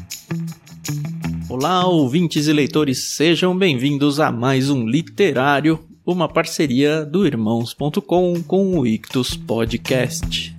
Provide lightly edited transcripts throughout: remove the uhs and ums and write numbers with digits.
Olá, ouvintes e leitores, sejam bem-vindos a mais um Literário, uma parceria do Irmãos.com com o Ictus Podcast.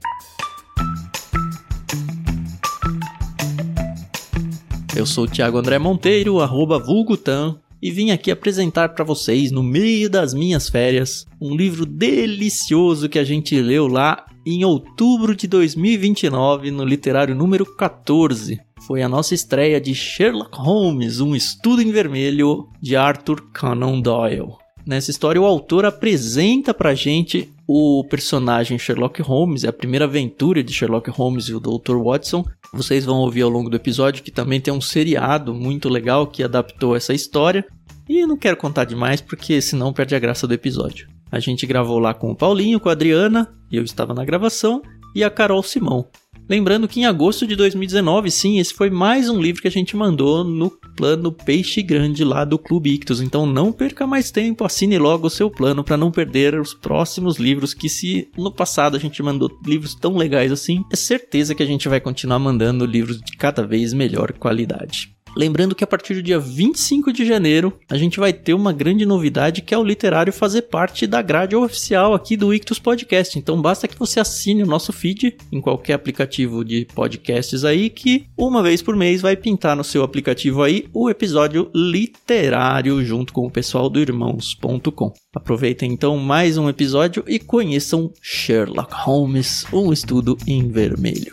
Eu sou o Thiago André Monteiro, @vulgutan, e vim aqui apresentar para vocês, no meio das minhas férias, um livro delicioso que a gente leu lá em outubro de 2029, no Literário número 14. Foi a nossa estreia de Sherlock Holmes, um estudo em vermelho, de Arthur Conan Doyle. Nessa história, o autor apresenta pra gente o personagem Sherlock Holmes, é a primeira aventura de Sherlock Holmes e o Dr. Watson. Vocês vão ouvir ao longo do episódio que também tem um seriado muito legal que adaptou essa história. E eu não quero contar demais porque senão perde a graça do episódio. A gente gravou lá com o Paulinho, com a Adriana, e eu estava na gravação, e a Carol Simão. Lembrando que em agosto de 2019, sim, esse foi mais um livro que a gente mandou no plano Peixe Grande lá do Clube Ictus. Então não perca mais tempo, assine logo o seu plano para não perder os próximos livros, que se no passado a gente mandou livros tão legais assim, é certeza que a gente vai continuar mandando livros de cada vez melhor qualidade. Lembrando que a partir do dia 25 de janeiro, a gente vai ter uma grande novidade, que é o Literário fazer parte da grade oficial aqui do Ictus Podcast. Então basta que você assine o nosso feed em qualquer aplicativo de podcasts aí, que uma vez por mês vai pintar no seu aplicativo aí o episódio literário junto com o pessoal do Irmãos.com. Aproveitem então mais um episódio e conheçam Sherlock Holmes, um estudo em vermelho.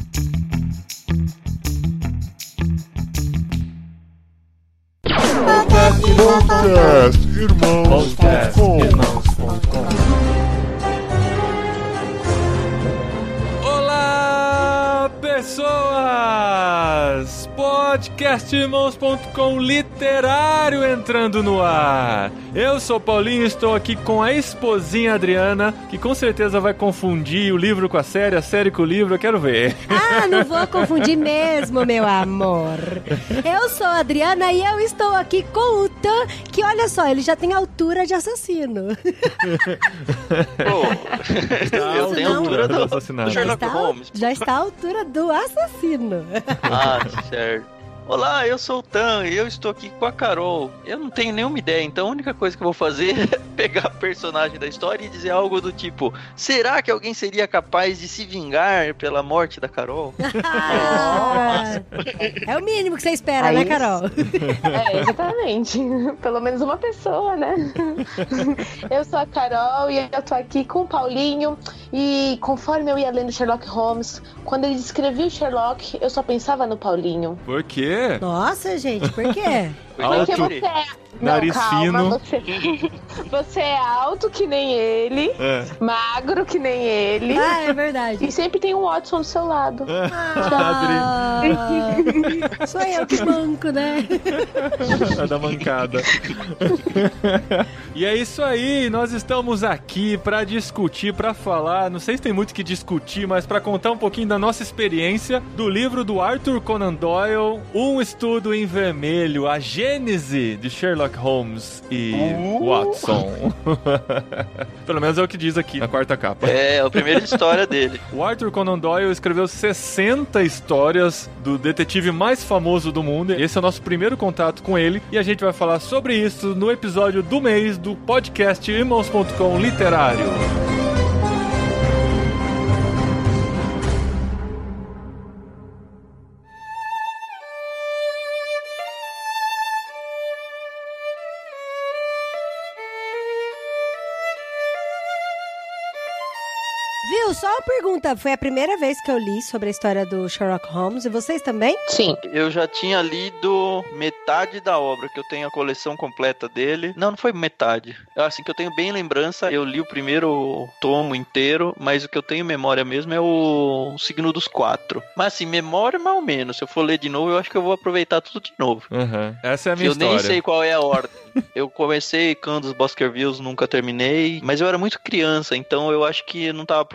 Podcast Irmãos.com. Olá, pessoas! Podcast Irmãos.com Literário entrando no ar. Eu sou o Paulinho e estou aqui com a esposinha Adriana, que com certeza vai confundir o livro com a série com o livro, eu quero ver. Ah, não vou confundir mesmo, meu amor. Eu sou a Adriana e eu estou aqui com o Tan, que olha só, ele já tem altura de assassino. Eu tenho a altura do assassinato. Sherlock Holmes. Já está à altura do assassino. Ah, certo. Olá, eu sou o Tan e eu estou aqui com a Carol. Eu não tenho nenhuma ideia, então a única coisa que eu vou fazer é pegar a personagem da história e dizer algo do tipo: será que alguém seria capaz de se vingar pela morte da Carol? É o mínimo que você espera, né, Carol? É, exatamente. Pelo menos uma pessoa, né? Eu sou a Carol e eu tô aqui com o Paulinho. E conforme eu ia lendo Sherlock Holmes, quando ele descrevia o Sherlock, eu só pensava no Paulinho. Por quê? Nossa, gente, por quê? Porque Alto, você é... nariz fino. Você é alto que nem ele, magro que nem ele. Ah, é verdade. E sempre tem um Watson do seu lado. Sou eu que banco, né? É da mancada. E é isso aí, nós estamos aqui pra discutir, pra falar, não sei se tem muito o que discutir, mas pra contar um pouquinho da nossa experiência do livro do Arthur Conan Doyle, Um Estudo em Vermelho, a Gênese de Sherlock Holmes e Watson. Pelo menos é o que diz aqui na quarta capa. É a primeira história dele. O Arthur Conan Doyle escreveu 60 histórias do detetive mais famoso do mundo. Esse é o nosso primeiro contato com ele e a gente vai falar sobre isso no episódio do mês do podcast Irmãos.com Literário. Viu? Só uma pergunta. Foi a primeira vez que eu li sobre a história do Sherlock Holmes. E vocês também? Sim. Eu já tinha lido metade da obra, que eu tenho a coleção completa dele. Não foi metade. Assim, que eu tenho bem lembrança, eu li o primeiro tomo inteiro, mas o que eu tenho memória mesmo é o Signo dos Quatro. Mas assim, memória mais ou menos. Se eu for ler de novo, eu acho que eu vou aproveitar tudo de novo. Essa é a minha história. Eu nem sei qual é a ordem. Eu comecei Candace Baskervilles, nunca terminei, mas eu era muito criança, então eu acho que não estava pronto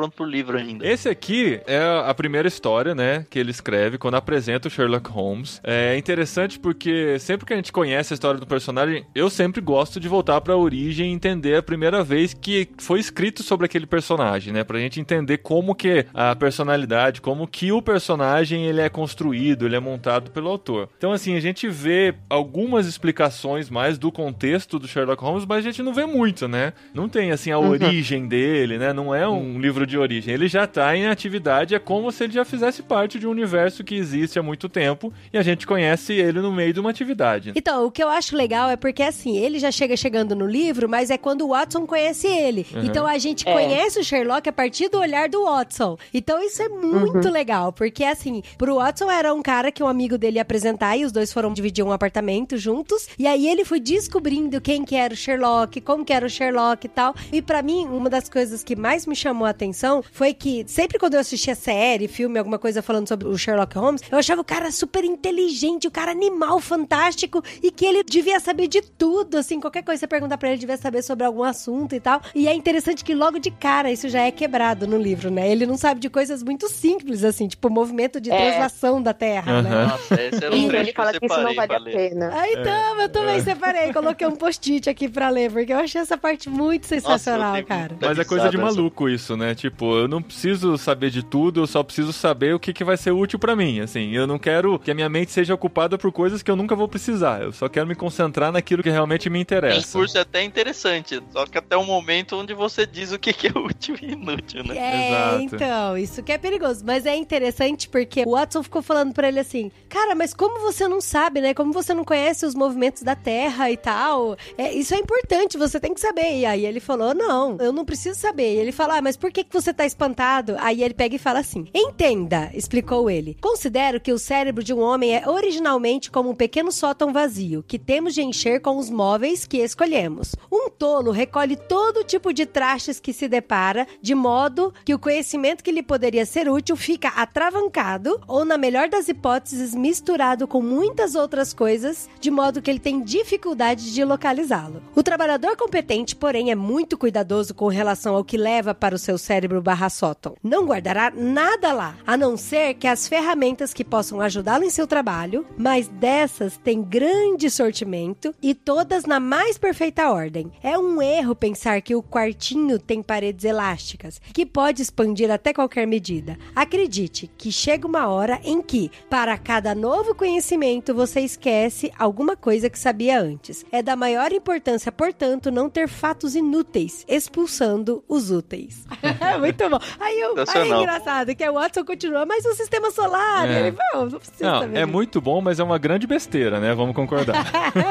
pronto pro livro ainda. Esse aqui é a primeira história, né, que ele escreve quando apresenta o Sherlock Holmes. É interessante porque sempre que a gente conhece a história do personagem, eu sempre gosto de voltar pra origem e entender a primeira vez que foi escrito sobre aquele personagem, né, pra gente entender como que a personalidade, como que o personagem ele é construído, ele é montado pelo autor. Então, assim, a gente vê algumas explicações mais do contexto do Sherlock Holmes, mas a gente não vê muito, né? Não tem, assim, a origem dele, né? Não é um livro de origem. Ele já tá em atividade, é como se ele já fizesse parte de um universo que existe há muito tempo e a gente conhece ele no meio de uma atividade. Então, o que eu acho legal é porque, assim, ele já chegando no livro, mas é quando o Watson conhece ele. Então, a gente conhece o Sherlock a partir do olhar do Watson. Então, isso é muito legal, porque, assim, pro Watson era um cara que um amigo dele ia apresentar e os dois foram dividir um apartamento juntos. E aí, ele foi descobrindo quem que era o Sherlock, como que era o Sherlock e tal. E pra mim, uma das coisas que mais me chamou a atenção foi que sempre quando eu assistia série, filme, alguma coisa falando sobre o Sherlock Holmes, eu achava o cara super inteligente, o cara animal, fantástico, e que ele devia saber de tudo, assim, qualquer coisa que você perguntar pra ele, devia saber sobre algum assunto e tal. E é interessante que logo de cara isso já é quebrado no livro, né? Ele não sabe de coisas muito simples, assim, tipo o movimento de translação da Terra, né? Nossa, esse era um trecho ele fala que isso não vale a ler. pena. Ah, então, eu também separei, coloquei um post-it aqui pra ler, porque eu achei essa parte muito sensacional, cara. Mas é coisa de maluco isso, né? Tipo, eu não preciso saber de tudo, eu só preciso saber o que vai ser útil pra mim, assim. Eu não quero que a minha mente seja ocupada por coisas que eu nunca vou precisar. Eu só quero me concentrar naquilo que realmente me interessa. Esse curso é até interessante, só que até o momento onde você diz o que é útil e inútil, né? Exato. Então, isso que é perigoso. Mas é interessante porque o Watson ficou falando pra ele assim, cara, mas como você não sabe, né? Como você não conhece os movimentos da Terra e tal? Isso é importante, você tem que saber. E aí ele falou, não, eu não preciso saber. E ele fala, mas por que você tá espantado? Aí ele pega e fala assim, entenda, explicou ele. Considero que o cérebro de um homem é originalmente como um pequeno sótão vazio, que temos de encher com os móveis que escolhemos. Um tolo recolhe todo tipo de trastes que se depara, de modo que o conhecimento que lhe poderia ser útil fica atravancado, ou na melhor das hipóteses, misturado com muitas outras coisas, de modo que ele tem dificuldade de localizá-lo. O trabalhador competente, porém, é muito cuidadoso com relação ao que leva para o seu cérebro /sótão. Não guardará nada lá, a não ser que as ferramentas que possam ajudá-lo em seu trabalho, mas dessas tem grande sortimento e todas na mais perfeita ordem. É um erro pensar que o quartinho tem paredes elásticas, que pode expandir até qualquer medida. Acredite que chega uma hora em que, para cada novo conhecimento, você esquece alguma coisa que sabia antes. É da maior importância, portanto, não ter fatos inúteis, expulsando os úteis. Muito bom. Aí é engraçado que o Watson continua, mas o sistema solar, ele não precisa saber. É muito bom, mas é uma grande besteira, né? Vamos concordar.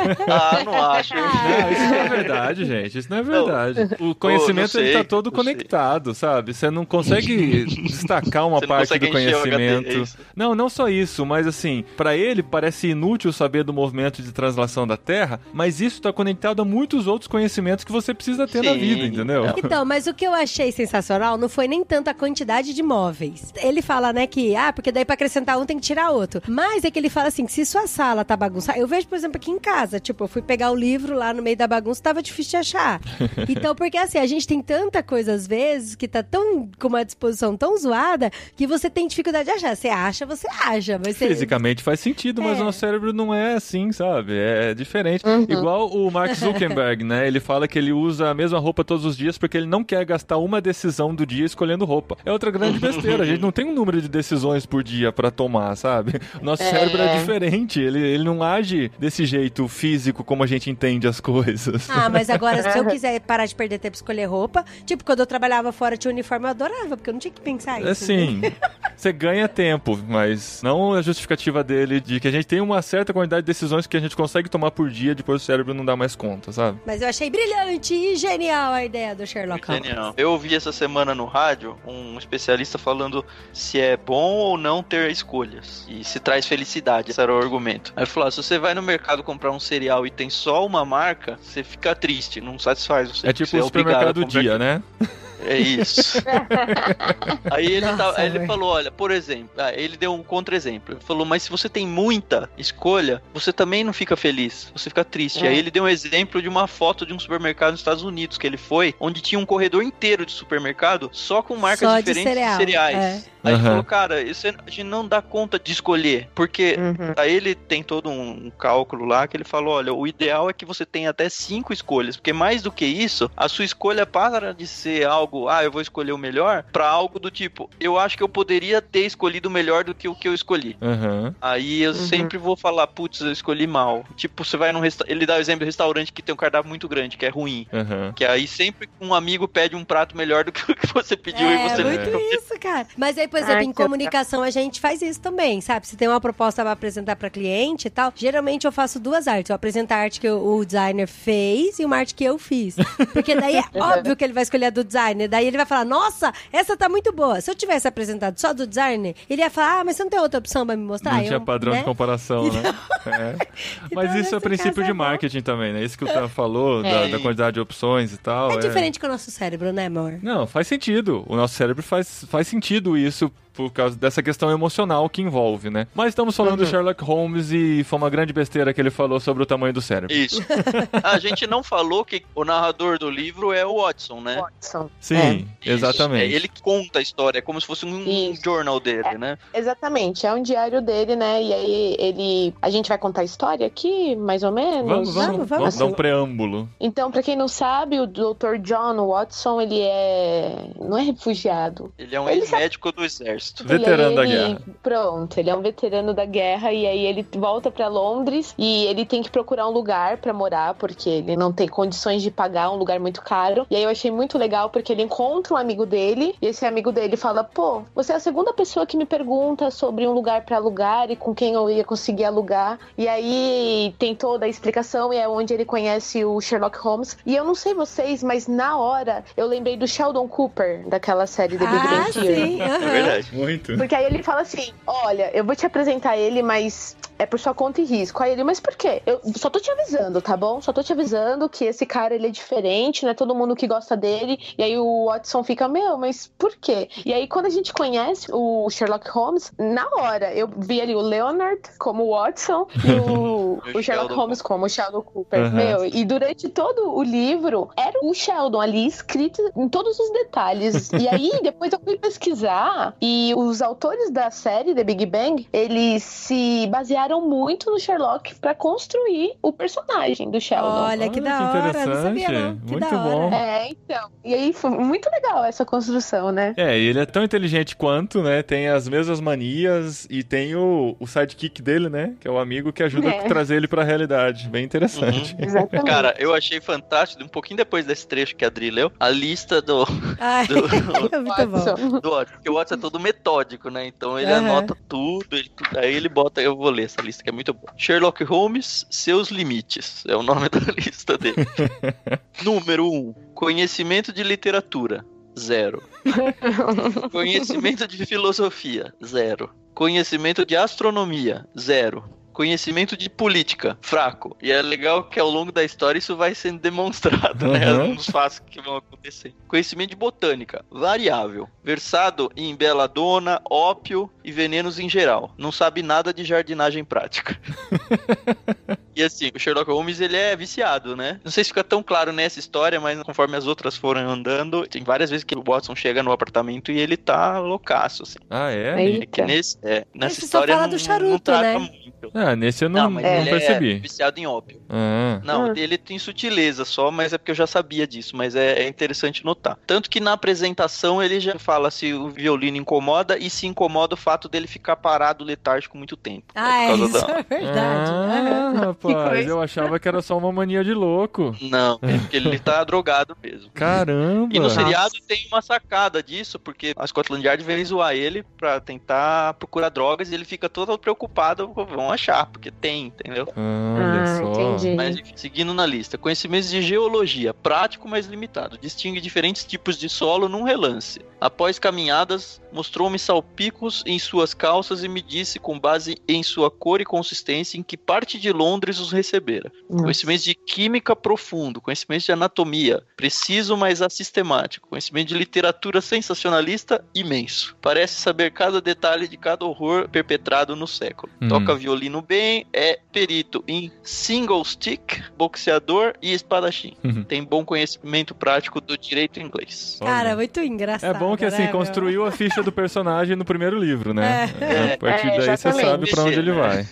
Não acho. Não, isso não é verdade, gente. Isso não é verdade. O conhecimento ele tá todo conectado, sabe? Você não consegue destacar uma parte do conhecimento. Não só isso, mas assim, pra ele parece inútil saber do movimento de translação da Terra, mas isso tá conectado a muitos outros conhecimentos que você precisa ter na vida, entendeu? Então, mas o que eu achei sensacional não foi nem tanto a quantidade de móveis. Ele fala, né, que, porque daí pra acrescentar um tem que tirar outro. Mas é que ele fala assim, que se sua sala tá bagunçada, eu vejo, por exemplo, aqui em casa, tipo, eu fui pegar o livro lá no meio da bagunça, tava difícil de achar. Então, porque assim, a gente tem tanta coisa às vezes que tá tão, com uma disposição tão zoada, que você tem dificuldade de achar. Você acha, mas fisicamente faz sentido, mas o nosso cérebro não é assim, sabe? É diferente. Igual o Mark Zuckerberg, né? Ele fala que ele usa a mesma roupa todos os dias porque ele não quer gastar uma decisão do dia escolhendo roupa. É outra grande besteira. A gente não tem um número de decisões por dia pra tomar, sabe? O nosso cérebro é diferente. Ele não age desse jeito físico como a gente entende as coisas. Mas agora, se eu quiser parar de perder tempo pra escolher roupa, tipo, quando eu trabalhava fora tinha uniforme, eu adorava, porque eu não tinha que pensar isso. Sim. Você ganha tempo, mas não a justificativa dele de que a gente tem uma certa quantidade de decisões que a gente consegue tomar por dia, depois o cérebro não dá mais conta, sabe? Mas eu achei brilhante e genial a ideia do Sherlock Holmes. Genial. Eu ouvi essa semana no rádio um especialista falando se é bom ou não ter escolhas e se traz felicidade. Esse era o argumento. Aí ele falou, se você vai no mercado comprar um cereal e tem só uma marca, você fica triste, não satisfaz você. É tipo o supermercado do dia, né? É isso. Aí ele falou, olha, por exemplo, ele deu um contra-exemplo. Ele falou, mas se você tem muita escolha, você também não fica feliz, você fica triste. Aí ele deu um exemplo de uma foto de um supermercado nos Estados Unidos que ele foi, onde tinha um corredor inteiro de supermercado só com marcas Só diferentes de cereais. Aí ele falou, cara, isso a gente não dá conta de escolher, porque aí ele tem todo um cálculo lá que ele falou, olha, o ideal é que você tenha até 5 escolhas, porque mais do que isso, a sua escolha para de ser algo, eu vou escolher o melhor, pra algo do tipo, eu acho que eu poderia ter escolhido melhor do que o que eu escolhi. Aí eu sempre vou falar, putz, eu escolhi mal. Tipo, você vai num restaurante, ele dá o exemplo do restaurante que tem um cardápio muito grande, que é ruim. Que aí sempre um amigo pede um prato melhor do que o que você pediu e você não isso, cara. Mas aí, por exemplo, em comunicação a gente faz isso também, sabe? Se tem uma proposta pra apresentar pra cliente e tal, geralmente eu faço 2 artes. Eu apresento a arte que o designer fez e uma arte que eu fiz. Porque daí é óbvio que ele vai escolher a do designer. Daí ele vai falar, nossa, essa tá muito boa. Se eu tivesse apresentado só do designer, ele ia falar, mas você não tem outra opção pra me mostrar? Não tinha padrão de comparação, né? Mas Então, isso é princípio de marketing também, né? Isso que o Tan falou, da quantidade de opções e tal. É diferente que o nosso cérebro, né, amor? Não, faz sentido. O nosso cérebro faz sentido isso por causa dessa questão emocional que envolve, né? Mas estamos falando do Sherlock Holmes e foi uma grande besteira que ele falou sobre o tamanho do cérebro. Isso. A gente não falou que o narrador do livro é o Watson, né? Watson. Sim, exatamente. Ele que conta a história, é como se fosse um journal dele, né? Exatamente, é um diário dele, né? E aí a gente vai contar a história aqui, mais ou menos? Vamos dar um preâmbulo. Então, pra quem não sabe, o Dr. John Watson, ele não é refugiado. Ele é um ex-médico do exército. Veterano da guerra. Pronto, ele é um veterano da guerra e aí ele volta pra Londres e ele tem que procurar um lugar pra morar porque ele não tem condições de pagar um lugar muito caro. E aí eu achei muito legal porque ele encontra um amigo dele e esse amigo dele fala, pô, você é a segunda pessoa que me pergunta sobre um lugar pra alugar e com quem eu ia conseguir alugar. E aí tem toda a explicação e é onde ele conhece o Sherlock Holmes. E eu não sei vocês, mas na hora eu lembrei do Sheldon Cooper, daquela série The Big Bang Theory. Sim, É verdade. Muito. Porque aí ele fala assim, olha, eu vou te apresentar ele, mas é por sua conta e risco. Aí ele, mas por quê? Eu só tô te avisando, tá bom? Só tô te avisando que esse cara, ele é diferente, não é todo mundo que gosta dele. E aí o Watson fica, mas por quê? E aí quando a gente conhece o Sherlock Holmes, na hora, eu vi ali o Leonard como o Watson e o Sherlock Holmes como o Sheldon Cooper. E durante todo o livro, era o Sheldon ali escrito em todos os detalhes. E aí, depois eu fui pesquisar e os autores da série The Big Bang, eles se basearam muito no Sherlock pra construir o personagem do Sheldon. Olha que da hora, não sabia não. Que muito da hora. bom. Então. E aí foi muito legal essa construção, né? E ele é tão inteligente quanto, né? Tem as mesmas manias e tem o sidekick dele, né? Que é o amigo que ajuda a trazer ele pra realidade. Bem interessante. Exatamente. Cara, eu achei fantástico, um pouquinho depois desse trecho que a Adri leu, a lista do muito bom. do Watson. Porque o Watson é todo metódico, né? Então ele anota tudo, aí ele bota, eu vou ler essa lista que é muito boa. Sherlock Holmes, seus limites. É o nome da lista dele. Número 1. Conhecimento de literatura. 0. Conhecimento de filosofia. 0. Conhecimento de astronomia. 0. Conhecimento de política, fraco. E é legal que ao longo da história isso vai sendo demonstrado, né? Alguns fatos que vão acontecer. Conhecimento de botânica, variável. Versado em belladonna, ópio e venenos em geral. Não sabe nada de jardinagem prática. E assim, o Sherlock Holmes, ele é viciado, né? Não sei se fica tão claro nessa história, mas conforme as outras foram andando, tem várias vezes que o Watson chega no apartamento e ele tá loucaço, assim. Ah, é? Eita. Nessa história só fala do charuto, não trata né? muito. Nesse eu não ele percebi. é viciado em ópio. Não, ele tem sutileza só, mas é porque eu já sabia disso, mas é interessante notar. Tanto que na apresentação ele já fala se o violino incomoda e se incomoda o fato dele ficar parado letárgico muito tempo. Isso é verdade. Rapaz, eu achava que era só uma mania de louco. Não, é porque ele tá drogado mesmo. Caramba! E no seriado tem uma sacada disso, porque a Scotland Yard vem zoar ele pra tentar procurar drogas e ele fica todo preocupado, vão achar achar, porque tem, entendeu? Olha só. Entendi. Mas enfim, seguindo na lista. Conhecimentos de geologia, prático, mas limitado. Distingue diferentes tipos de solo num relance. Após caminhadas, mostrou-me salpicos em suas calças e me disse, com base em sua cor e consistência, em que parte de Londres os recebera. Conhecimentos de química profundo, conhecimentos de anatomia, preciso, mas assistemático. Conhecimento de literatura sensacionalista, imenso. Parece saber cada detalhe de cada horror perpetrado no século. Toca violino bem, é perito em single stick, boxeador e espadachim. Tem bom conhecimento prático do direito inglês. Cara, muito engraçado. É bom que, assim, né, construiu a ficha do personagem no primeiro livro, né? A partir daí você exatamente. sabe pra onde ele vai.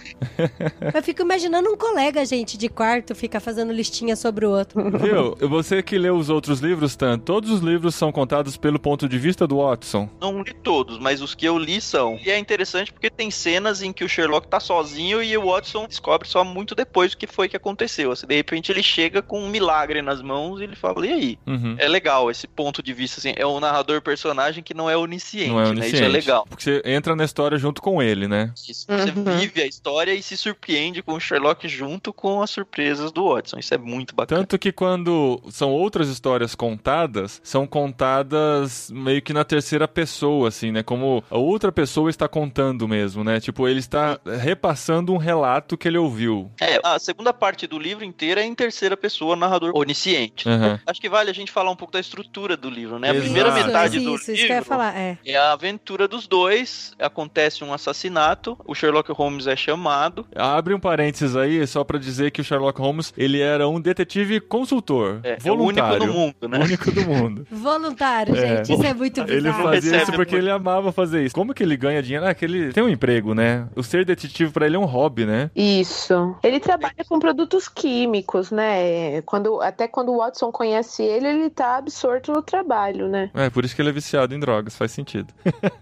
Eu fico imaginando um colega, gente, de quarto ficar fazendo listinha sobre o outro. Viu? Você que leu os outros livros, Tan, todos os livros são contados pelo ponto de vista do Watson. Não li todos, mas os que eu li são. E é interessante porque tem cenas em que o Sherlock tá sozinho e o Watson descobre só muito depois o que foi que aconteceu. Assim, de repente ele chega com um milagre nas mãos e ele fala, e aí? É legal esse ponto de vista, assim, é um narrador-personagem que não é onisciente, Não é né? onisciente. Isso é legal. Porque você entra na história junto com ele, né? Isso, você vive a história e se surpreende com o Sherlock junto com as surpresas do Watson. Isso é muito bacana. Tanto que quando são outras histórias contadas, são contadas meio que na terceira pessoa, assim, né? Como a outra pessoa está contando mesmo, né? Tipo, ele está repassando um relato que ele ouviu. A segunda parte do livro inteiro é em terceira pessoa, narrador onisciente. Acho que vale a gente falar um pouco da estrutura do livro, né? A Exato. primeira metade do isso que eu livro ia falar, é a aventura dos dois, acontece um assassinato, o Sherlock Holmes é chamado. Abre um parênteses aí, só pra dizer que o Sherlock Holmes, ele era um detetive consultor, voluntário. É o único no mundo, né? O único do mundo. Voluntário, gente, isso é muito bizarro. Ele fazia Recebe isso porque muito. ele amava fazer isso. Como que ele ganha dinheiro? Ah, que ele tem um emprego, né? O ser detetive pra ele é um hobby, né? Isso. Ele trabalha com produtos químicos, né? Até quando o Watson conhece ele, ele tá absorto no trabalho, né? É, por isso que ele é viciado em drogas, faz sentido.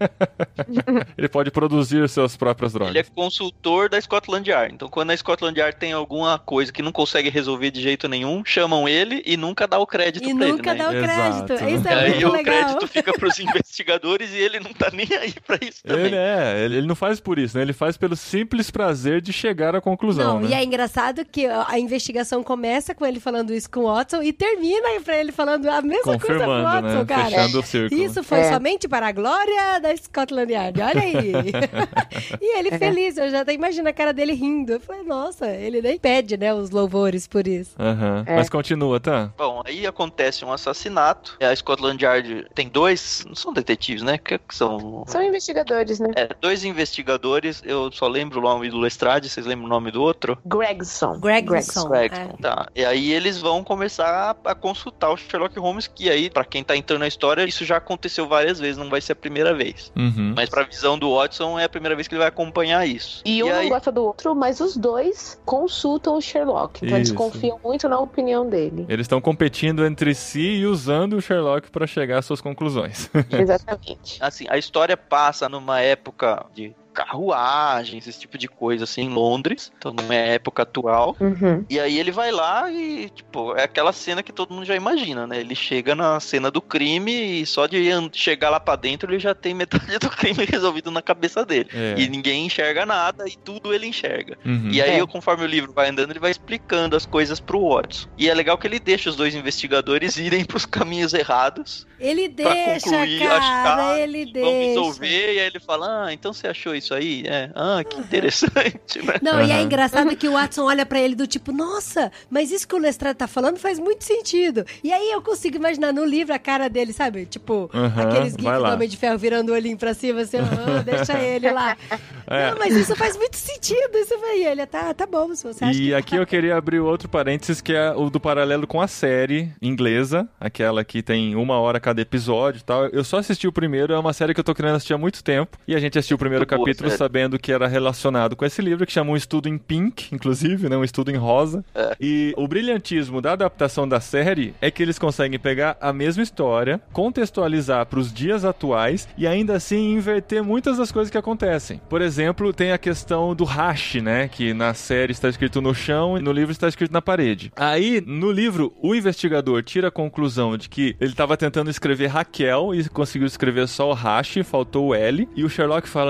Ele pode produzir suas próprias drogas. Ele é consultor da Scotland Yard. Então, quando a Scotland Yard tem alguma coisa que não consegue resolver de jeito nenhum, chamam ele e nunca dá o crédito E pra ele, nunca né? dá o crédito. Exato. Isso E é aí muito o legal. crédito fica pros investigadores e ele não tá nem aí pra isso também. Ele não faz por isso, né? Ele faz pelo simples prazer de chegar à conclusão, Não, né? e é engraçado que a investigação começa com ele falando isso com o Watson e termina pra ele falando a mesma coisa com o Confirmando, Watson, né? cara. Fechando o círculo. Isso foi somente para a glória da Scotland Yard, olha aí. E ele feliz, eu já até imagino a cara dele rindo. Eu falei, nossa, ele nem pede, né, os louvores por isso. Mas continua, tá? Bom, aí acontece um assassinato. A Scotland Yard tem dois, não são detetives, né? Que são... São investigadores, né? dois investigadores. Eu só lembro o nome do Lestrade, vocês lembram o nome do outro? Gregson. Gregson. Tá. E aí eles vão começar a consultar o Sherlock Holmes, que aí, pra quem tá entrando na história, isso já aconteceu várias vezes, não vai ser a primeira vez. Mas pra visão do Watson, é a primeira vez que ele vai acompanhar isso. E um não gosta do outro, mas os dois consultam o Sherlock. Então eles Isso. confiam muito na opinião dele. Eles estão competindo entre si e usando o Sherlock pra chegar às suas conclusões. Exatamente. Assim, a história passa numa época de carruagens, esse tipo de coisa, assim, em Londres. Então não é a época atual. E aí ele vai lá e, tipo, é aquela cena que todo mundo já imagina, né? Ele chega na cena do crime e só de chegar lá pra dentro ele já tem metade do crime resolvido na cabeça dele. E ninguém enxerga nada e tudo ele enxerga. E aí, conforme o livro vai andando, ele vai explicando as coisas pro Watson. E é legal que ele deixa os dois investigadores irem pros caminhos errados. Ele Pra deixa, concluir, cara, ele vão deixa. resolver, e aí ele fala, então você achou isso aí? Que interessante, né? Não, e é engraçado que o Watson olha pra ele do tipo, nossa, mas isso que o Lestrade tá falando faz muito sentido. E aí eu consigo imaginar no livro a cara dele, sabe? Tipo, aqueles gifs do Homem de Ferro virando o olhinho pra cima, assim, deixa ele lá. Não, mas isso faz muito sentido, isso aí. Ele tá bom, se você acha que... E aqui eu queria abrir outro parênteses, que é o do paralelo com a série inglesa, aquela que tem 1 hora cada episódio e tal. Eu só assisti o primeiro, é uma série que eu tô querendo assistir há muito tempo, e a gente assistiu o primeiro capítulo sabendo que era relacionado com esse livro, que chama Um Estudo em Pink, inclusive, né? Um estudo em rosa. E o brilhantismo da adaptação da série é que eles conseguem pegar a mesma história, contextualizar pros dias atuais e ainda assim inverter muitas das coisas que acontecem. Por exemplo, tem a questão do hash, né? Que na série está escrito no chão e no livro está escrito na parede. Aí, no livro, o investigador tira a conclusão de que ele estava tentando escrever Raquel e conseguiu escrever só o hash, faltou o L, e o Sherlock fala, não,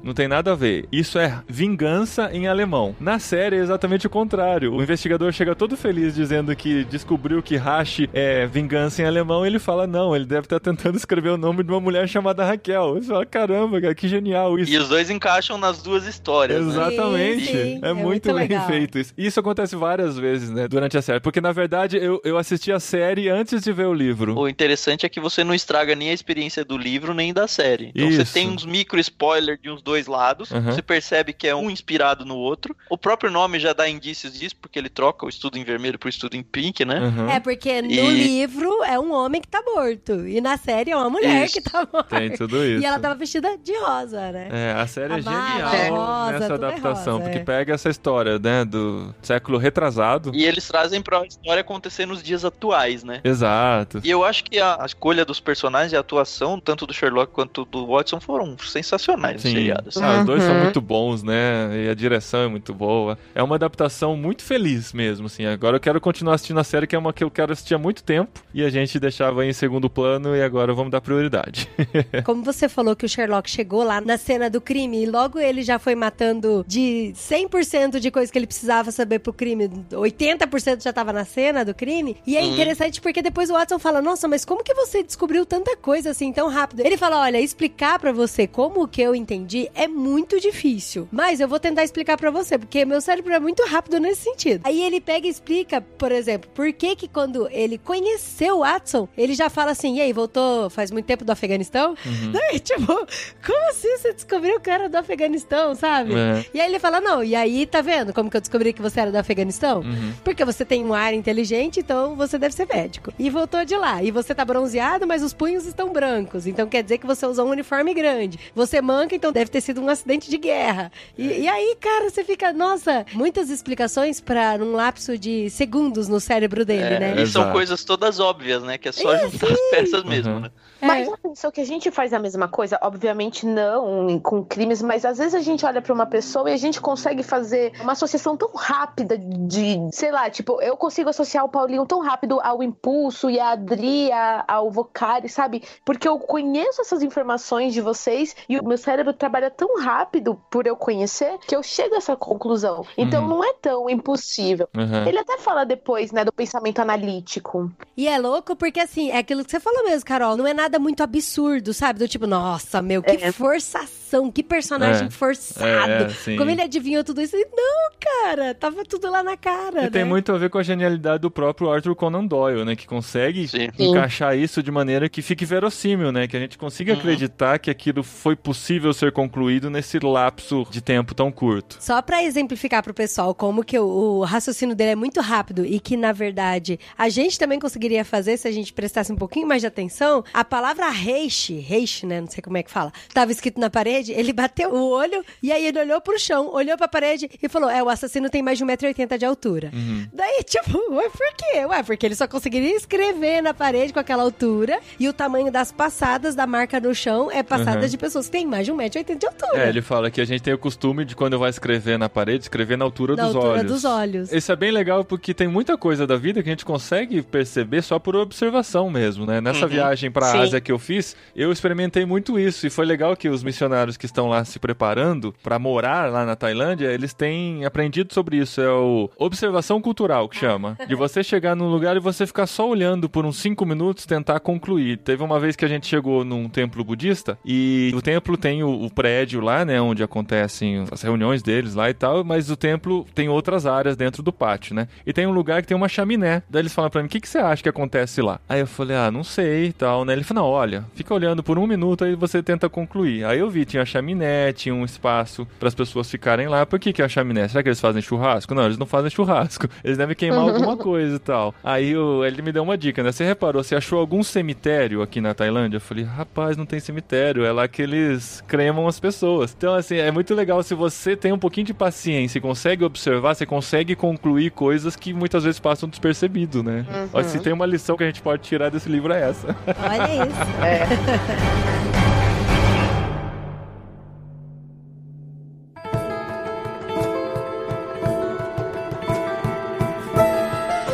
Não tem nada a ver. Isso é vingança em alemão. Na série é exatamente o contrário. O investigador chega todo feliz dizendo que descobriu que Hashi é vingança em alemão e ele fala, não, ele deve estar tentando escrever o nome de uma mulher chamada Raquel. Você fala, caramba, cara, que genial isso. E os dois encaixam nas duas histórias, né? Exatamente. Sim, É muito bem legal. feito isso. Isso acontece várias vezes, né, durante a série. Porque, na verdade, eu assisti a série antes de ver o livro. O interessante é que você não estraga nem a experiência do livro, nem da série. Então Isso. você tem uns micro spoilers de uns dois lados, você percebe que é um inspirado no outro. O próprio nome já dá indícios disso, porque ele troca o estudo em vermelho pro estudo em pink, né? Uhum. É, porque no livro é um homem que tá morto. E na série é uma mulher Isso. que tá morta. Tem tudo isso. E ela tava vestida de rosa, né? É, a série é Amada, genial rosa, nessa tudo é adaptação, rosa, porque é. pega essa história, né, do século retrasado. E eles trazem pra história acontecer nos dias atuais, né? Exato. E eu acho que a escolha dos personagens e a atuação, tanto do Sherlock quanto do Watson, foram sensacionais. Sim. Seriados. Os dois são muito bons, né? E a direção é muito boa. É uma adaptação muito feliz mesmo, assim. Agora eu quero continuar assistindo a série, que é uma que eu quero assistir há muito tempo. E a gente deixava em segundo plano e agora vamos dar prioridade. Como você falou que o Sherlock chegou lá na cena do crime e logo ele já foi matando de 100% de coisa que ele precisava saber pro crime, 80% já tava na cena do crime. E é interessante porque depois o Watson fala, nossa, mas como que você descobriu tanta coisa assim tão rápido? Ele fala, olha, explicar pra você como que eu entendi é muito difícil, mas eu vou tentar explicar pra você, porque meu cérebro é muito rápido nesse sentido. Aí ele pega e explica, por exemplo, por que que quando ele conheceu o Watson, ele já fala assim, e aí, voltou faz muito tempo do Afeganistão? Daí, tipo, como assim você descobriu que era do Afeganistão, sabe? É. E aí ele fala, não, e aí, tá vendo como que eu descobri que você era do Afeganistão? Porque você tem um ar inteligente, então você deve ser médico. E voltou de lá. E você tá bronzeado, mas os punhos estão brancos. Então quer dizer que você usou um uniforme grande. Você manca, então deve ter sido um acidente de guerra. E aí, cara, você fica, nossa, muitas explicações pra um lapso de segundos no cérebro dele, né? E são Exato. coisas todas óbvias, né? Que é só juntar as peças mesmo, né? Mas já pensou que a gente faz a mesma coisa? Obviamente não com crimes, mas às vezes a gente olha pra uma pessoa e a gente consegue fazer uma associação tão rápida de, sei lá, tipo, eu consigo associar o Paulinho tão rápido ao Impulso e a Adri ao Vocari, sabe? Porque eu conheço essas informações de vocês e o meu cérebro trabalha tão rápido por eu conhecer que eu chego a essa conclusão. Então não é tão impossível. Ele até fala depois, né, do pensamento analítico. E é louco porque, assim, é aquilo que você falou mesmo, Carol. Não é nada muito absurdo, sabe? Do tipo, nossa, meu, que forçação, que personagem forçado. sim. Como ele adivinhou tudo isso? E não, cara, tava tudo lá na cara, E tem muito a ver com a genialidade do próprio Arthur Conan Doyle, né? Que consegue encaixar isso de maneira que fique verossímil, né? Que a gente consiga acreditar que aquilo foi possível ser concluído nesse lapso de tempo tão curto. Só pra exemplificar pro pessoal como que o raciocínio dele é muito rápido e que, na verdade, a gente também conseguiria fazer se a gente prestasse um pouquinho mais de atenção, a palavra Reishi, né? Não sei como é que fala. Tava escrito na parede, ele bateu o olho e aí ele olhou pro chão, olhou pra parede e falou, o assassino tem mais de 1,80 m de altura. Daí, tipo, ué, por quê? Ué, porque ele só conseguiria escrever na parede com aquela altura e o tamanho das passadas da marca no chão é passadas de pessoas que têm mais de 1,80 m de altura. Ele fala que a gente tem o costume de, quando vai escrever na parede, escrever na altura Na dos altura olhos. dos olhos. Isso é bem legal porque tem muita coisa da vida que a gente consegue perceber só por observação mesmo, né? Nessa viagem pra Ásia que eu fiz, eu experimentei muito isso e foi legal que os missionários que estão lá se preparando pra morar lá na Tailândia, eles têm aprendido sobre isso. É o observação cultural, que chama. De você chegar num lugar e você ficar só olhando por uns 5 minutos, tentar concluir. Teve uma vez que a gente chegou num templo budista e o templo tem o prédio lá, né? Onde acontecem as reuniões deles lá e tal, mas o templo tem outras áreas dentro do pátio, né? E tem um lugar que tem uma chaminé. Daí eles falam pra mim, o que você acha que acontece lá? Aí eu falei, não sei e tal, né? Ele falou, não, olha, fica olhando por 1 minuto aí você tenta concluir. Aí eu vi, tinha a chaminé, tinha um espaço para as pessoas ficarem lá. Por que é a chaminé? Será que eles fazem churrasco? Não, eles não fazem churrasco. Eles devem queimar alguma coisa e tal. Aí ele me deu uma dica, né? Você reparou, você achou algum cemitério aqui na Tailândia? Eu falei, rapaz, não tem cemitério. É lá que eles cremam as pessoas. Então, assim, é muito legal se você tem um pouquinho de paciência e consegue observar, você consegue concluir coisas que muitas vezes passam despercebido, né? Olha, se tem uma lição que a gente pode tirar desse livro é essa. Olha isso. Voltando pra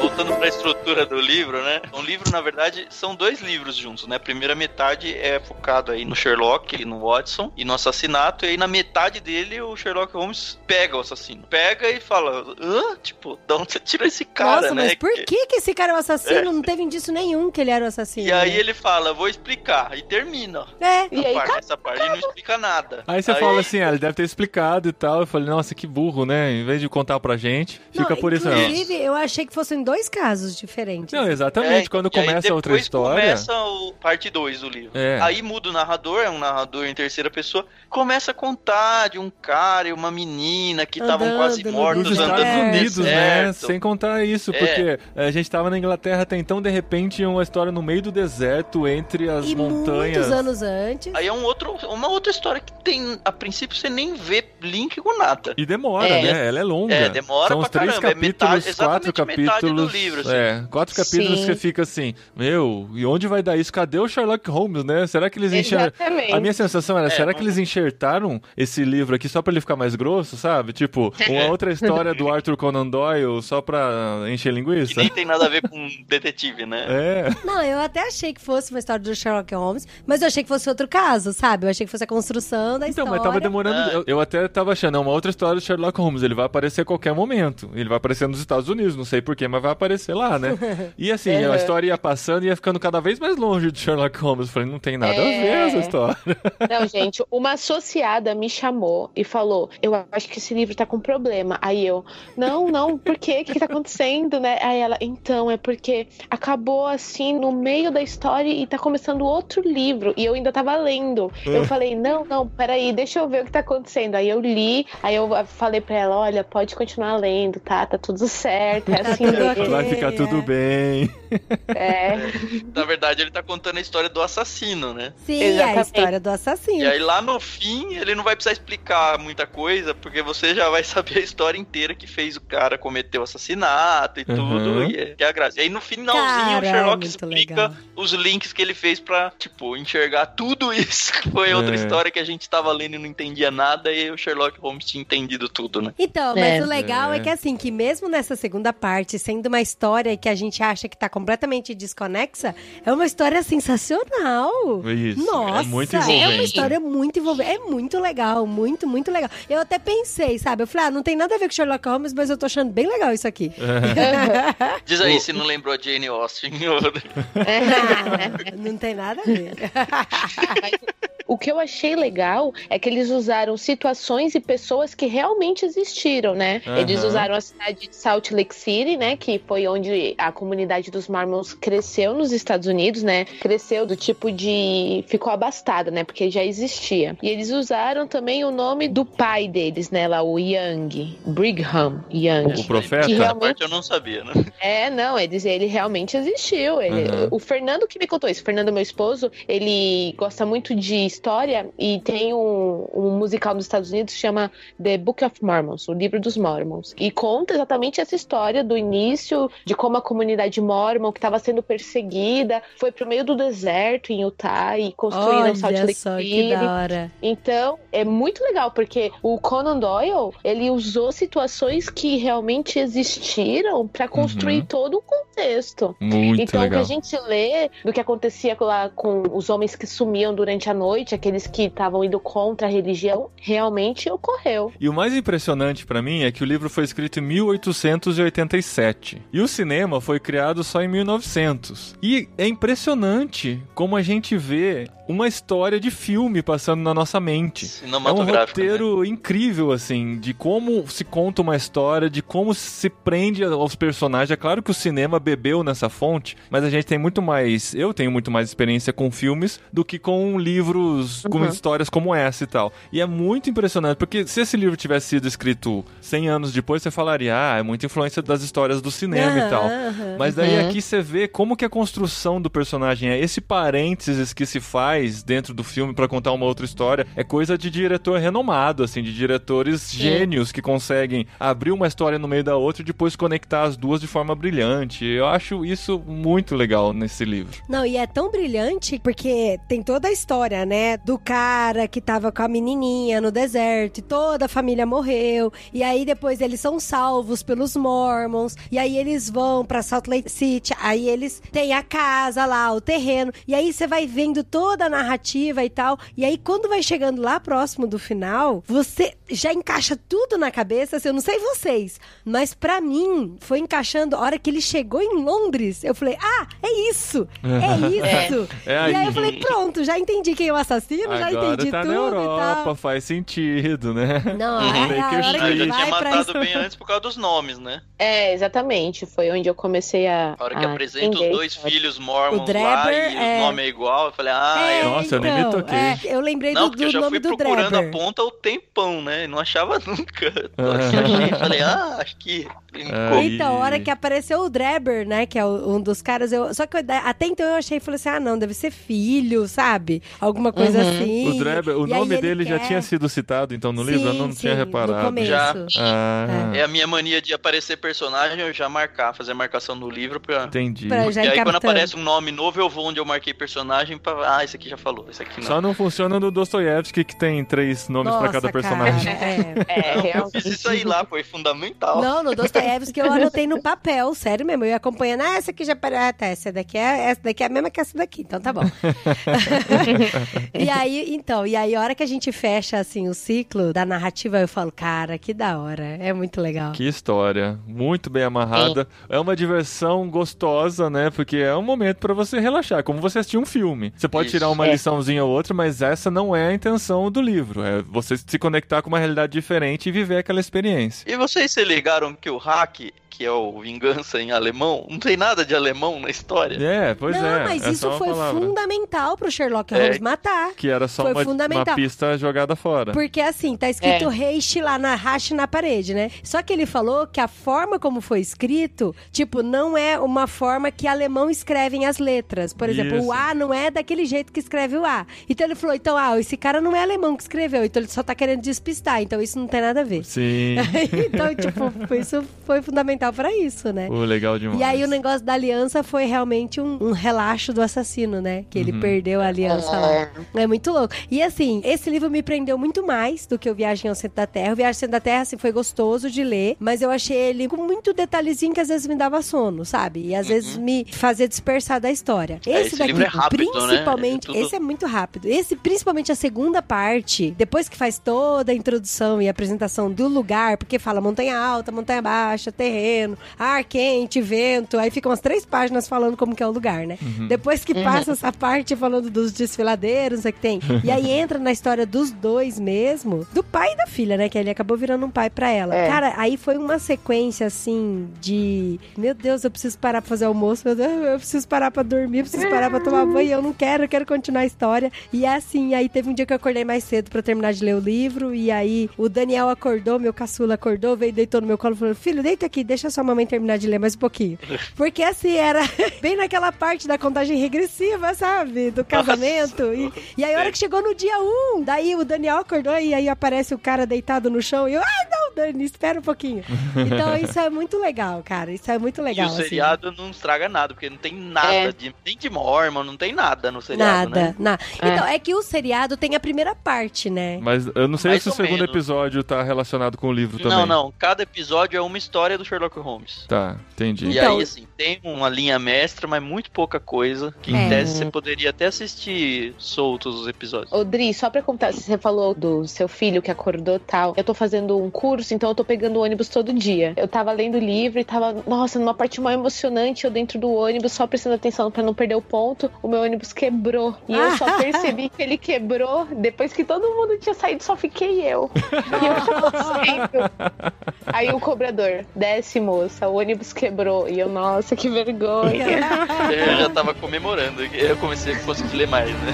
pra estrutura do livro, né? Um livro, na verdade, são 2 livros juntos, né? A primeira metade é focado aí no Sherlock, no Watson e no assassinato, e aí na metade dele o Sherlock Holmes pega o assassino. Pega e fala, tipo, de onde você tirou esse cara, Nossa, né? mas por que esse cara é o assassino? Não teve indício nenhum que ele era o assassino. E aí né? ele fala, vou explicar, e termina. E aí, Essa parte ele não explica nada. Aí você fala assim, ele deve ter explicado e tal. Eu falei, nossa, que burro, né? Em vez de contar pra gente, fica por isso mesmo. Inclusive, eu achei que fossem 2 casos diferentes. Não, exatamente. Quando começa outra história... começa o parte 2 do livro. Aí muda o narrador, é um narrador em terceira pessoa, começa a contar de um cara e uma menina que estavam quase mortos nos andando Estados no Unidos, deserto. né? Sem contar isso, porque a gente tava na Inglaterra até então, de repente, uma história no meio do deserto, entre as montanhas. Muitos anos antes. Aí é uma outra história que tem, a princípio, você nem vê link com nada. E demora, né? Ela é longa. Demora São os pra 3 caramba. capítulos, 4 capítulos. Do livro, assim. 4 capítulos que você fica assim, meu, e onde vai dar isso? Cadê o Sherlock Holmes, né? Será que eles enxertaram? A minha sensação era, será que eles enxertaram esse livro aqui só pra ele ficar mais grosso, sabe? Tipo, uma outra história do Arthur Conan Doyle só pra encher linguiça? Que nem tem nada a ver com detetive, né? Não, eu até achei que fosse uma história do Sherlock Holmes, mas eu achei que fosse outro caso, sabe? Eu achei que fosse a construção da história. Então, mas tava demorando. Eu até tava achando, uma outra história do Sherlock Holmes. Ele vai aparecer a qualquer momento. Ele vai aparecer nos Estados Unidos, não sei porquê, mas vai aparecer lá, né? E assim, a história ia passando e ia ficando cada vez mais longe do Sherlock Holmes. Eu falei, não tem nada a ver essa história. Não, gente, uma associada me chamou e falou, eu acho que esse livro tá com problema. Aí eu, não, por quê? O que tá acontecendo, né? Aí ela, então, é porque acabou assim, no meio da história e tá começando outro livro. E eu ainda tava lendo. Eu falei, não, peraí, deixa eu ver o que tá acontecendo. Aí eu li, aí eu falei pra ela, olha, pode continuar lendo, tá tudo certo, é assim mesmo. Vai ficar tudo bem. Na verdade, ele tá contando a história do assassino, né? Sim, exatamente. a história do assassino. E aí lá no fim, ele não vai precisar explicar muita coisa, porque você já vai saber a história inteira que fez o cara cometer o assassinato e tudo, e é a graça. E aí no finalzinho, o Sherlock explica os links que ele fez pra, tipo, enxergar tudo isso, que foi outra história que a gente tava lendo e não entendia nada, e o Sherlock Holmes tinha entendido tudo, né? Então, mas o legal é que assim, que mesmo nessa segunda parte, sendo uma história que a gente acha que tá completamente desconexa, é uma história sensacional. Isso, nossa, é muito envolvente. É uma história muito envolvente. É muito legal, muito, muito legal. Eu até pensei, sabe? Eu falei, não tem nada a ver com Sherlock Holmes, mas eu tô achando bem legal isso aqui. Diz aí se não lembrou a Jane Austen. Não tem nada a ver. O que eu achei legal é que eles usaram situações e pessoas que realmente existiram, né? Eles usaram a cidade de Salt Lake City, né? Que foi onde a comunidade dos Mormons cresceu nos Estados Unidos, né? Cresceu do tipo de... ficou abastada, né? Porque já existia. E eles usaram também o nome do pai deles, né? Lá, o Young. Brigham Young. O profeta? Que Essa parte eu não sabia, né? Não, ele realmente existiu. O Fernando que me contou isso. O Fernando, meu esposo, ele gosta muito de história e tem um musical nos Estados Unidos que chama The Book of Mormons, o Livro dos Mormons. E conta exatamente essa história do início, de como a comunidade mormon, que estava sendo perseguida, foi pro meio do deserto em Utah e construíram Salt Lake City. Que da hora. Então, é muito legal, porque o Conan Doyle, ele usou situações que realmente existiram para construir todo o contexto. Muito então, legal. O que a gente lê do que acontecia lá com os homens que sumiam durante a noite, aqueles que estavam indo contra a religião, realmente ocorreu. E o mais impressionante pra mim é que o livro foi escrito em 1887. E o cinema foi criado só em 1900. E é impressionante como a gente vê uma história de filme passando na nossa mente. É um roteiro incrível, assim, de como se conta uma história, de como se prende aos personagens. É claro que o cinema bebeu nessa fonte, mas a gente tem muito mais... Eu tenho muito mais experiência com filmes do que com livros, com histórias como essa e tal. E é muito impressionante, porque se esse livro tivesse sido escrito 100 anos depois, você falaria, é muita influência das histórias do cinema e tal. Mas daí aqui você vê como que a construção do personagem é esse parênteses que se faz dentro do filme pra contar uma outra história, é coisa de diretor renomado, assim, de diretores gênios que conseguem abrir uma história no meio da outra e depois conectar as duas de forma brilhante. Eu acho isso muito legal nesse livro. Não, e é tão brilhante porque tem toda a história, né? né, do cara que tava com a menininha no deserto e toda a família morreu. E aí depois eles são salvos pelos Mormons. E aí eles vão pra Salt Lake City. Aí eles têm a casa lá, o terreno. E aí você vai vendo toda a narrativa e tal. E aí quando vai chegando lá próximo do final, você já encaixa tudo na cabeça. Assim, eu não sei vocês, mas pra mim foi encaixando. A hora que ele chegou em Londres, eu falei, é isso! É isso! E aí eu falei, pronto, já entendi quem é o assassino, agora já entendi tá tudo na Europa, e tal. faz sentido, né? Não, que a hora que Eu ele já vai tinha pra... matado bem antes por causa dos nomes, né? Exatamente. Foi onde eu comecei a A hora que apresenta os entender. dois filhos Mormons O Drebber, lá e o nome é igual, eu falei, Nossa, eu nem me toquei. eu lembrei Não, do porque eu já nome fui do procurando Drebber. a ponta o tempão, né? E não achava nunca. Eu achei, falei, acho que... Então, a hora que apareceu o Drebber, né, que é um dos caras, só que até então eu achei, falei assim, não, deve ser filho, sabe? Alguma coisa assim. O Drebber, o E aí nome ele dele já quer- tinha sido citado, então, no livro? Eu não tinha no reparado. começo. Já. Ah, É a minha mania de aparecer personagem, eu já fazer marcação no livro pra... entendi. Pra já E ir aí quando captando. aparece um nome novo, eu vou onde eu marquei personagem pra... esse aqui já falou, esse aqui não. Só não funciona no Dostoiévski, que tem 3 nomes pra cada personagem. Cara, Eu Realmente. fiz isso aí lá, foi fundamental. Não, no Dostoiévski que eu anotei no papel, sério mesmo. Eu ia acompanhando, essa aqui já parece. Essa daqui é a mesma que essa daqui, então tá bom. E aí, a hora que a gente fecha assim o ciclo da narrativa, eu falo, cara, que da hora. É muito legal. Que história, muito bem amarrada. É uma diversão gostosa, né? Porque é um momento pra você relaxar, como você assistir um filme. Você pode Isso. tirar uma liçãozinha ou outra, mas essa não é a intenção do livro. É você se conectar com uma realidade diferente e viver aquela experiência. E vocês se ligaram que o hack, que é o vingança em alemão, não tem nada de alemão na história? Pois não, é. mas é isso só uma foi palavra. fundamental pro Sherlock Holmes matar. Que era só Foi uma fundamental. pista jogada fora. Porque assim, tá escrito Reich lá na haste na parede, né? Só que ele falou que a forma como foi escrito, tipo, não é uma forma que alemão escrevem as letras. Por exemplo, Isso. o A não é daquele jeito que escreve o A. Então ele falou, esse cara não é alemão que escreveu, então ele só tá querendo despistar, então isso não tem nada a ver. Sim. Então, tipo, isso foi fundamental pra isso, né? Legal demais. E aí o negócio da aliança foi realmente um relaxo do assassino, né? Que ele perdeu a aliança lá. É muito louco. E assim, esse livro me prendeu muito mais do que o Viagem ao Centro da Terra. O Viagem ao Centro da Terra, assim, foi gostoso de ler, mas eu achei ele com muito detalhezinho que às vezes me dava sono, sabe? E às vezes me fazia dispersar da história. Esse livro é rápido, né? principalmente, Tudo- esse é muito rápido. Esse, principalmente a segunda parte, depois que faz toda a introdução e a apresentação do lugar, porque fala montanha alta, montanha baixa, terreno, ar quente, vento, aí ficam umas 3 páginas falando como que é o lugar, né? Depois que passa essa parte falando dos desfiladeiros, não sei o que tem, e aí entra na história dos dois mesmo, do pai e da filha, né? Que ele acabou virando um pai pra ela. Cara, aí foi uma sequência, assim, de... Meu Deus, eu preciso parar pra fazer almoço, meu Deus, eu preciso parar pra dormir, eu preciso parar pra tomar banho, eu não quero, eu quero continuar a história. E é assim, aí teve um dia que eu acordei mais cedo pra terminar de ler o livro, e aí o Daniel acordou, meu caçula acordou, veio, deitou no meu colo e falou, filho, deita aqui, deixa sua mamãe terminar de ler mais um pouquinho. Porque assim, era bem naquela parte da contagem regressiva, sabe? Do casamento. E aí a hora que chegou no dia 1, daí o Daniel acordou e aí aparece o cara deitado no chão e eu, não, Dani, espera um pouquinho. Então isso é muito legal, cara. Isso é muito legal. E o seriado não estraga nada, porque não tem nada, nem de Mormon, não tem nada no seriado, Nada, né? nada. Então, é que o seriado tem a primeira parte, né? Mas eu não sei Mais se o ou segundo menos. episódio tá relacionado com o livro também. Não. Cada episódio é uma história do Sherlock Holmes. Tá, entendi. E Então- aí, assim, tem uma linha mestra, mas muito pouca coisa. Que em tese você poderia até assistir soltos os episódios. Ô, Dri, só pra contar, você falou do seu filho que acordou e tal. Eu tô fazendo um curso, então eu tô pegando o ônibus todo dia. Eu tava lendo o livro e tava, nossa, numa parte mais emocionante, eu dentro do ônibus, só prestando atenção pra não perder o ponto, o meu ônibus quebrou. E eu só percebi que ele quebrou depois que todo mundo tinha saído, só fiquei eu. E eu saindo. Aí o cobrador, desce, moça, o ônibus quebrou. E eu, nossa, que vergonha. Eu já tava comemorando. Eu comecei a conseguir ler mais, né?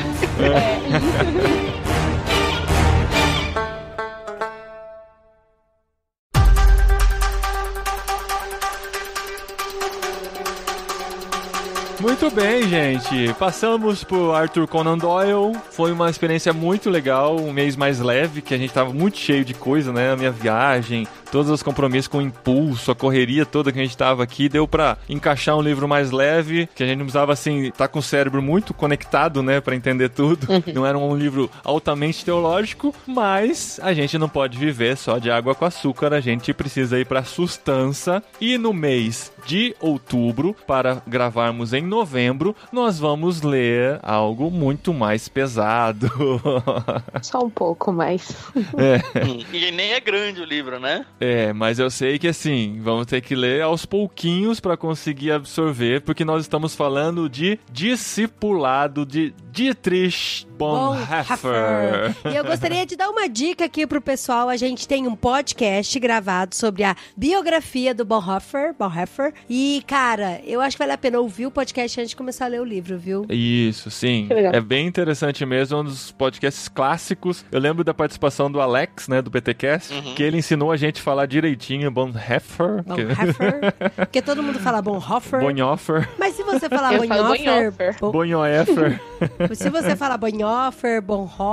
Muito bem, gente. Passamos por Arthur Conan Doyle. Foi uma experiência muito legal, um mês mais leve, que a gente tava muito cheio de coisa, né? A minha viagem, todos os compromissos com o impulso, a correria toda que a gente tava aqui, deu pra encaixar um livro mais leve, que a gente não precisava, assim, tá com o cérebro muito conectado, né, pra entender tudo. Não era um livro altamente teológico, mas a gente não pode viver só de água com açúcar, a gente precisa ir pra sustância. E no mês de outubro, para gravarmos em novembro, nós vamos ler algo muito mais pesado. Só um pouco mais. E nem é grande o livro, né? Mas eu sei que assim, vamos ter que ler aos pouquinhos para conseguir absorver, porque nós estamos falando de Discipulado de Dietrich Bonhoeffer. E eu gostaria de dar uma dica aqui pro pessoal. A gente tem um podcast gravado sobre a biografia do Bonhoeffer. E, cara, eu acho que vale a pena ouvir o podcast antes de começar a ler o livro, viu? Isso, sim. É bem interessante mesmo, um dos podcasts clássicos. Eu lembro da participação do Alex, né, do PTCast, que ele ensinou a gente a falar direitinho Bonhoeffer. Porque todo mundo fala Bonhoeffer. Mas se você falar Bonhoeffer. Se você falar Bonhoeffer,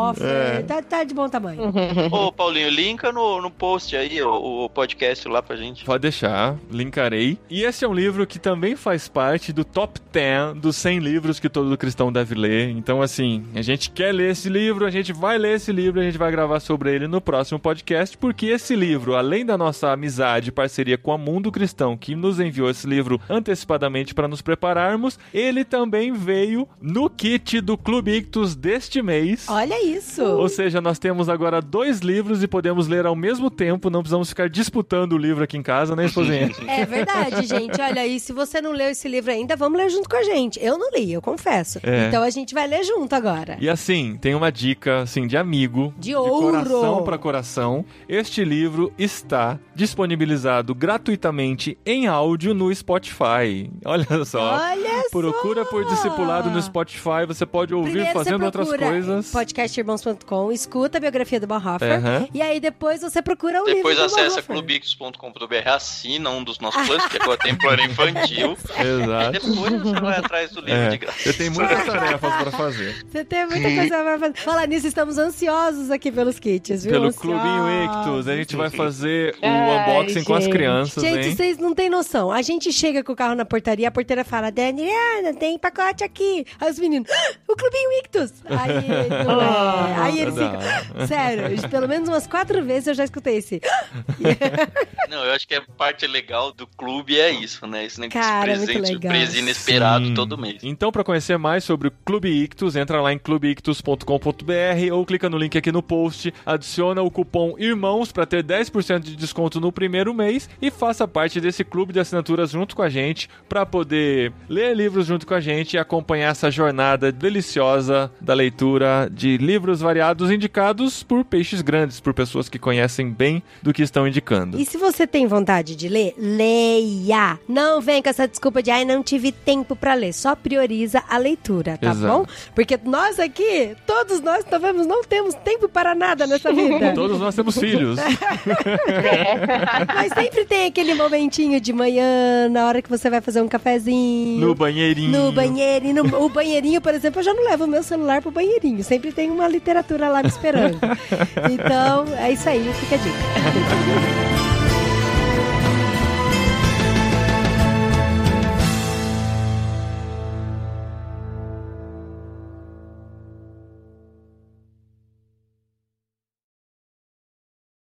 tá de bom tamanho. Ô, Paulinho, linka no post aí o podcast lá pra gente. Pode deixar, linkarei. E esse é um livro que também faz parte do top 10 dos 100 livros que todo cristão deve ler. Então, assim, a gente quer ler esse livro, a gente vai ler esse livro, a gente vai gravar sobre ele no próximo podcast, porque esse livro, além da nossa amizade e parceria com a Mundo Cristão, que nos enviou esse livro antecipadamente para nos prepararmos, ele também veio no kit do Clube Ictus deste mês. Olha isso! Ou seja, nós temos agora 2 livros e podemos ler ao mesmo tempo, não precisamos ficar disputando o livro aqui em casa, né, esposinha? É verdade, gente. Olha, e se você não leu esse livro ainda, vamos ler junto com a gente. Eu não li, eu confesso. Então a gente vai ler junto agora. E assim, tem uma dica, assim, de amigo. De ouro! Coração para coração. Este livro está disponibilizado gratuitamente em áudio no Spotify. Olha só. Procura por Discipulado no Spotify, você pode ouvir primeiro fazendo outras coisas. Podcastirmãos.com, escuta a biografia do Bonhoeffer, e aí depois você procura o livro do Depois acessa Bonhoeffer. clubictus.com.br, assina um dos nossos planos, que agora tem plano infantil. Exato. E depois você vai atrás do livro de graça. Você tem muitas tarefas para fazer. Você tem muita coisa pra fazer. Fala nisso, estamos ansiosos aqui pelos kits, viu? Pelo Clubinho Ictus, a gente vai fazer o unboxing com as crianças, gente, hein? vocês não têm noção. A gente chega com o carro na portaria, a porteira fala, Daniela, tem pacote aqui. Aí os meninos, o Clubinho Ictus. Aí não é. Aí eles ficam... Sério, pelo menos umas 4 vezes eu já escutei esse. Não, eu acho que a parte legal do clube é isso, né? Esse negócio Cara, de presente, muito legal. surpresa inesperado todo mês. Então, para conhecer mais sobre o Clube Ictus, entra lá em clubeictus.com.br ou clica no link aqui no post, adiciona o cupom IRMÃOS para ter 10% de desconto no primeiro mês e faça parte desse clube de assinaturas junto com a gente para poder ler livros junto com a gente e acompanhar essa jornada deliciosa da leitura de livros variados indicados por peixes grandes, por pessoas que conhecem bem do que estão indicando. E se você tem vontade de ler, leia. Não vem com essa desculpa de, não tive tempo pra ler. Só prioriza a leitura, tá bom? Porque nós aqui, todos nós não temos tempo para nada nessa vida. Todos nós temos filhos. Mas sempre tem aquele momentinho de manhã, na hora que você vai fazer um cafezinho. No banheirinho. No banheirinho. O banheirinho, por exemplo, eu já não levo o meu celular pro banheirinho. Sempre tem uma literatura lá me esperando. Então, é isso aí. Fica a dica.